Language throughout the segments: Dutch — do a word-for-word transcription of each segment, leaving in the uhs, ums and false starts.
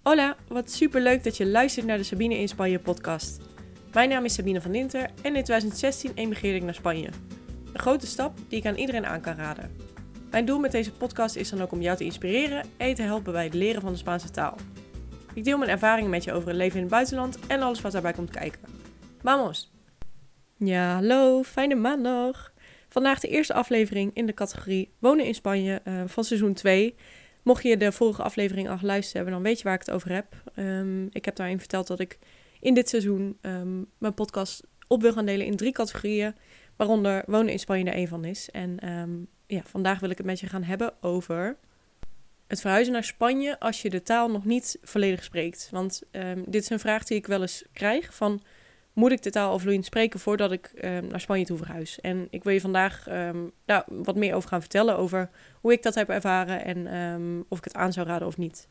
Hola, wat superleuk dat je luistert naar de Sabine in Spanje podcast. Mijn naam is Sabine van Dinter en in twintig zestien emigreerde ik naar Spanje. Een grote stap die ik aan iedereen aan kan raden. Mijn doel met deze podcast is dan ook om jou te inspireren en je te helpen bij het leren van de Spaanse taal. Ik deel mijn ervaringen met je over het leven in het buitenland en alles wat daarbij komt kijken. Vamos! Ja, hallo, fijne maandag! Vandaag de eerste aflevering in de categorie Wonen in Spanje uh, van seizoen twee. Mocht je de vorige aflevering al geluisterd hebben, dan weet je waar ik het over heb. Um, ik heb daarin verteld dat ik in dit seizoen um, mijn podcast op wil gaan delen in drie categorieën, waaronder Wonen in Spanje er één van is. En um, ja, vandaag wil ik het met je gaan hebben over het verhuizen naar Spanje als je de taal nog niet volledig spreekt. Want um, dit is een vraag die ik wel eens krijg van, moet ik de taal al vloeiend spreken voordat ik um, naar Spanje toe verhuis? En ik wil je vandaag um, nou, wat meer over gaan vertellen over hoe ik dat heb ervaren en um, of ik het aan zou raden of niet.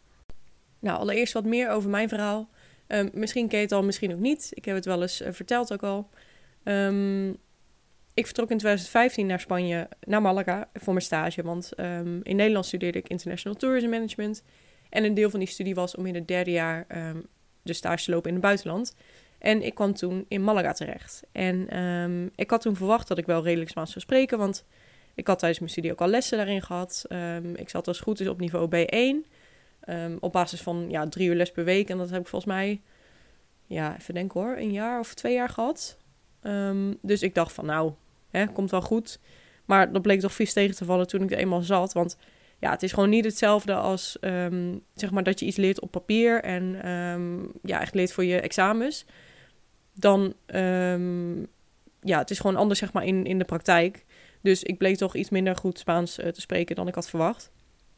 Nou, allereerst wat meer over mijn verhaal. Um, misschien ken je het al, misschien ook niet. Ik heb het wel eens uh, verteld ook al. Um, ik vertrok in twintig vijftien naar Spanje, naar Malaga, voor mijn stage. Want um, in Nederland studeerde ik International Tourism Management. En een deel van die studie was om in het derde jaar um, de stage te lopen in het buitenland. En ik kwam toen in Malaga terecht. En um, ik had toen verwacht dat ik wel redelijk Spaans zou spreken, want ik had tijdens mijn studie ook al lessen daarin gehad. Um, ik zat als het goed is op niveau B één, um, op basis van ja, drie uur les per week. En dat heb ik volgens mij, ja, even denken hoor, een jaar of twee jaar gehad. Um, dus ik dacht van nou, hè, komt wel goed. Maar dat bleek toch vies tegen te vallen toen ik er eenmaal zat, want ja, het is gewoon niet hetzelfde als um, zeg maar dat je iets leert op papier en um, ja, echt leert voor je examens. Dan, um, ja, het is gewoon anders zeg maar in, in de praktijk. Dus ik bleek toch iets minder goed Spaans uh, te spreken dan ik had verwacht.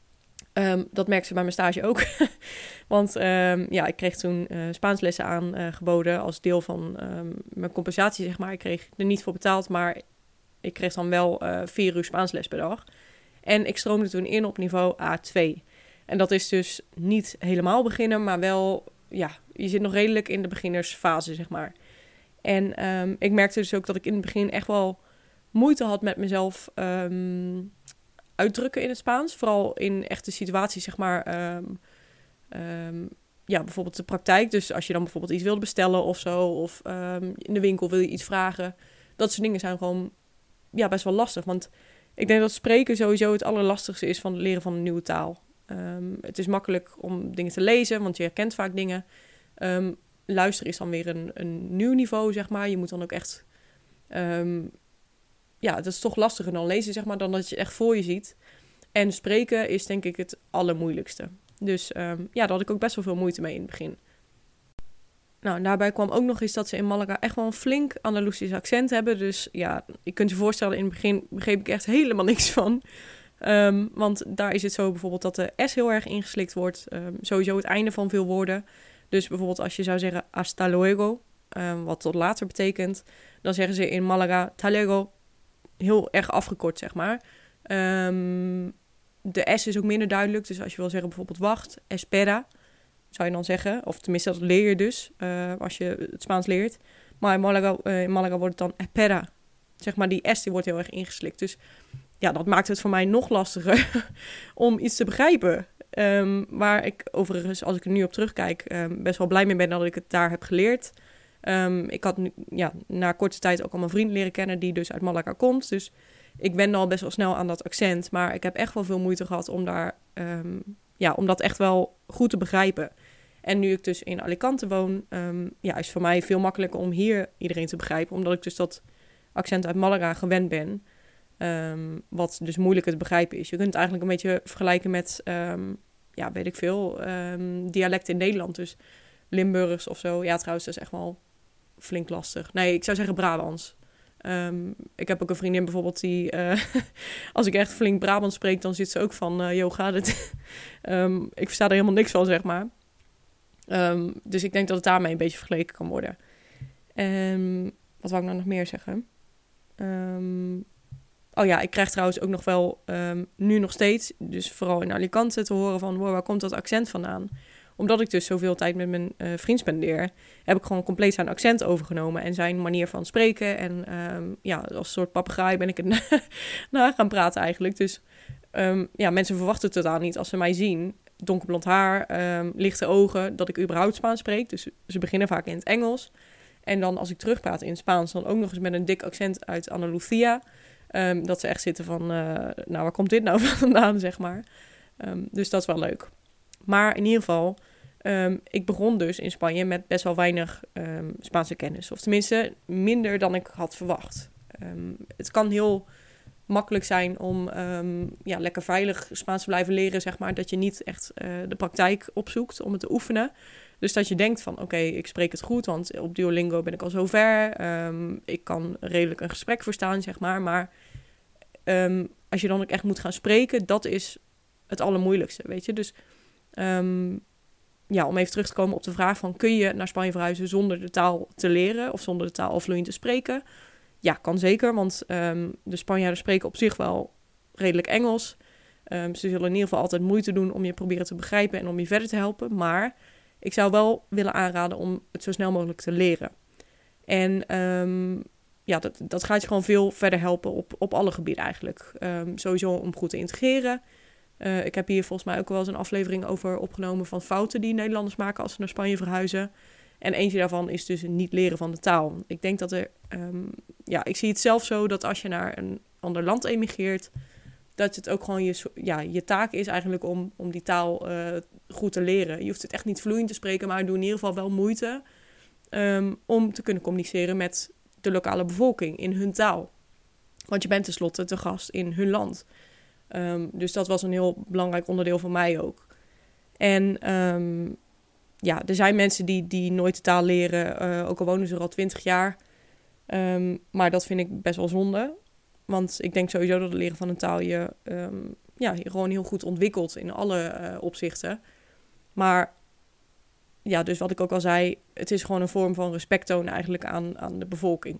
Um, dat merkte ze bij mijn stage ook. Want um, ja, ik kreeg toen uh, Spaanslessen aangeboden uh, als deel van um, mijn compensatie, zeg maar. Ik kreeg er niet voor betaald, maar ik kreeg dan wel uh, vier uur Spaansles per dag. En ik stroomde toen in op niveau A twee. En dat is dus niet helemaal beginnen, maar wel, ja, je zit nog redelijk in de beginnersfase, zeg maar. En um, ik merkte dus ook dat ik in het begin echt wel moeite had met mezelf um, uitdrukken in het Spaans. Vooral in echte situaties, zeg maar, um, um, ja, bijvoorbeeld de praktijk. Dus als je dan bijvoorbeeld iets wilde bestellen of zo, of um, in de winkel wil je iets vragen. Dat soort dingen zijn gewoon, ja, best wel lastig. Want ik denk dat spreken sowieso het allerlastigste is van het leren van een nieuwe taal. Um, het is makkelijk om dingen te lezen, want je herkent vaak dingen. Um, luisteren is dan weer een, een nieuw niveau, zeg maar. Je moet dan ook echt, Um, ja, dat is toch lastiger dan lezen, zeg maar, dan dat je echt voor je ziet. En spreken is denk ik het allermoeilijkste. Dus um, ja, daar had ik ook best wel veel moeite mee in het begin. Nou, en daarbij kwam ook nog eens dat ze in Malaga echt wel een flink Andalusisch accent hebben. Dus ja, je kunt je voorstellen, in het begin begreep ik echt helemaal niks van. Um, want daar is het zo bijvoorbeeld dat de S heel erg ingeslikt wordt. Um, sowieso het einde van veel woorden. Dus bijvoorbeeld als je zou zeggen hasta luego, um, wat tot later betekent, dan zeggen ze in Malaga talego, heel erg afgekort, zeg maar. Um, de S is ook minder duidelijk. Dus als je wil zeggen bijvoorbeeld wacht, espera, zou je dan zeggen. Of tenminste, dat leer je dus uh, als je het Spaans leert. Maar in Malaga, uh, in Malaga wordt het dan espera. Zeg maar, die S die wordt heel erg ingeslikt. Dus ja, dat maakt het voor mij nog lastiger om iets te begrijpen. Um, waar ik overigens, als ik er nu op terugkijk, um, best wel blij mee ben dat ik het daar heb geleerd. Um, ik had nu, ja, na korte tijd ook al mijn vriend leren kennen die dus uit Malaga komt. Dus ik wende al best wel snel aan dat accent. Maar ik heb echt wel veel moeite gehad om, daar, um, ja, om dat echt wel goed te begrijpen. En nu ik dus in Alicante woon, um, ja, is het voor mij veel makkelijker om hier iedereen te begrijpen. Omdat ik dus dat accent uit Malaga gewend ben. Um, wat dus moeilijker te begrijpen is. Je kunt het eigenlijk een beetje vergelijken met, um, ja, weet ik veel, um, dialecten in Nederland. Dus Limburgs of zo. Ja, trouwens, dat is echt wel flink lastig. Nee, ik zou zeggen Brabants. Um, ik heb ook een vriendin bijvoorbeeld die, uh, als ik echt flink Brabants spreek, dan zit ze ook van, uh, yo, gaat het? um, ik versta er helemaal niks van, zeg maar. Um, dus ik denk dat het daarmee een beetje vergeleken kan worden. Um, wat wou ik nou nog meer zeggen? Um, oh ja, ik krijg trouwens ook nog wel um, nu nog steeds, dus vooral in Alicante, te horen van, wow, waar komt dat accent vandaan? Omdat ik dus zoveel tijd met mijn uh, vriend spendeer, heb ik gewoon compleet zijn accent overgenomen en zijn manier van spreken. En um, ja, als een soort papegaai ben ik het na, na gaan praten eigenlijk. Dus um, ja, mensen verwachten het totaal niet als ze mij zien. donkerblond haar, um, lichte ogen, dat ik überhaupt Spaans spreek. Dus ze beginnen vaak in het Engels. En dan als ik terugpraat in het Spaans, dan ook nog eens met een dik accent uit Andalucía. Um, dat ze echt zitten van, uh, nou, waar komt dit nou vandaan, zeg maar. Um, dus dat is wel leuk. Maar in ieder geval, um, ik begon dus in Spanje met best wel weinig um, Spaanse kennis. Of tenminste, minder dan ik had verwacht. Um, het kan heel makkelijk zijn om um, ja, lekker veilig Spaans te blijven leren, zeg maar. Dat je niet echt uh, de praktijk opzoekt om het te oefenen. Dus dat je denkt van, oké, okay, ik spreek het goed, want op Duolingo ben ik al zo ver. Um, ik kan redelijk een gesprek verstaan, zeg maar. Maar um, als je dan ook echt moet gaan spreken, dat is het allermoeilijkste, weet je. Dus um, ja, om even terug te komen op de vraag van, kun je naar Spanje verhuizen zonder de taal te leren of zonder de taal al vloeiend te spreken? Ja, kan zeker, want um, de Spanjaarden spreken op zich wel redelijk Engels. Um, ze zullen in ieder geval altijd moeite doen om je proberen te begrijpen en om je verder te helpen. Maar ik zou wel willen aanraden om het zo snel mogelijk te leren. En um, ja, dat, dat gaat je gewoon veel verder helpen op, op alle gebieden eigenlijk. Um, sowieso om goed te integreren. Uh, ik heb hier volgens mij ook wel eens een aflevering over opgenomen van fouten die Nederlanders maken als ze naar Spanje verhuizen. En eentje daarvan is dus niet leren van de taal. Ik denk dat er, um, ja, ik zie het zelf zo dat als je naar een ander land emigreert, dat het ook gewoon je, ja, je taak is eigenlijk om, om die taal uh, goed te leren. Je hoeft het echt niet vloeiend te spreken, maar doe in ieder geval wel moeite um, om te kunnen communiceren met de lokale bevolking in hun taal. Want je bent tenslotte te gast in hun land. Um, dus dat was een heel belangrijk onderdeel van mij ook. En um, ja, er zijn mensen die, die nooit de taal leren, uh, ook al wonen ze er al twintig jaar. Um, maar dat vind ik best wel zonde. Want ik denk sowieso dat het leren van een taal je, um, ja, je gewoon heel goed ontwikkelt in alle uh, opzichten. Maar ja, dus wat ik ook al zei, het is gewoon een vorm van respect tonen eigenlijk aan, aan de bevolking.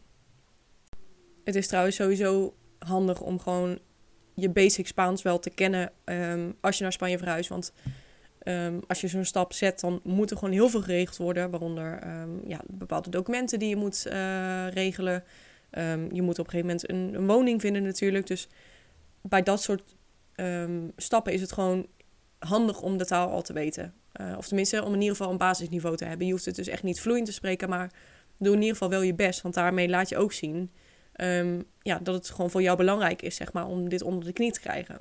Het is trouwens sowieso handig om gewoon je basic Spaans wel te kennen um, als je naar Spanje verhuist. Want um, als je zo'n stap zet, dan moet er gewoon heel veel geregeld worden. Waaronder um, ja, bepaalde documenten die je moet uh, regelen. Um, je moet op een gegeven moment een, een woning vinden natuurlijk. Dus bij dat soort um, stappen is het gewoon handig om de taal al te weten. Uh, of tenminste, om in ieder geval een basisniveau te hebben. Je hoeft het dus echt niet vloeiend te spreken, maar doe in ieder geval wel je best. Want daarmee laat je ook zien um, ja, dat het gewoon voor jou belangrijk is, zeg maar, om dit onder de knie te krijgen.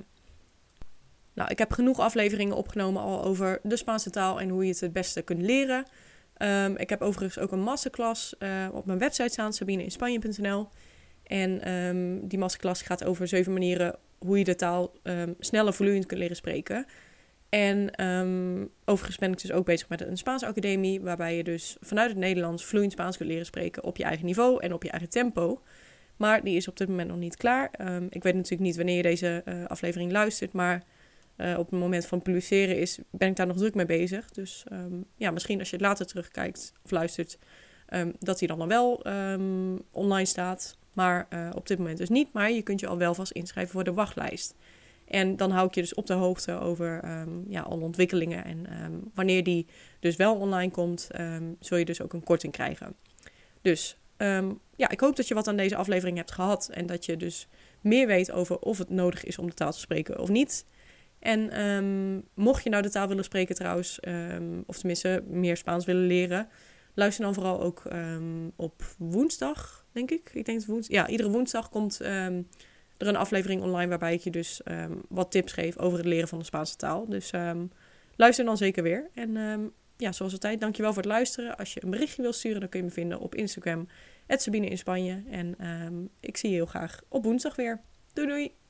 Nou, ik heb genoeg afleveringen opgenomen al over de Spaanse taal en hoe je het het beste kunt leren. Um, ik heb overigens ook een masterclass uh, op mijn website staan, sabine in spanje punt n l. En um, die masterclass gaat over zeven manieren hoe je de taal um, sneller vloeiend kunt leren spreken. En um, overigens ben ik dus ook bezig met een Spaanse academie, waarbij je dus vanuit het Nederlands vloeiend Spaans kunt leren spreken op je eigen niveau en op je eigen tempo. Maar die is op dit moment nog niet klaar. Um, ik weet natuurlijk niet wanneer je deze uh, aflevering luistert, maar uh, op het moment van publiceren is, ben ik daar nog druk mee bezig. Dus um, ja, misschien als je het later terugkijkt of luistert, um, dat die dan al wel um, online staat. Maar uh, op dit moment dus niet. Maar je kunt je al wel vast inschrijven voor de wachtlijst. En dan hou ik je dus op de hoogte over um, ja, alle ontwikkelingen. En um, wanneer die dus wel online komt, um, zul je dus ook een korting krijgen. Dus um, ja, ik hoop dat je wat aan deze aflevering hebt gehad. En dat je dus meer weet over of het nodig is om de taal te spreken of niet. En um, mocht je nou de taal willen spreken trouwens, um, of tenminste meer Spaans willen leren, luister dan vooral ook um, op woensdag, denk ik. Ik denk dat woensdag, ja, iedere woensdag komt um, er een aflevering online waarbij ik je dus um, wat tips geef over het leren van de Spaanse taal. Dus um, luister dan zeker weer. En um, ja, zoals altijd, dankjewel voor het luisteren. Als je een berichtje wil sturen, dan kun je me vinden op Instagram, at sabine in spanje. En um, ik zie je heel graag op woensdag weer. Doei doei!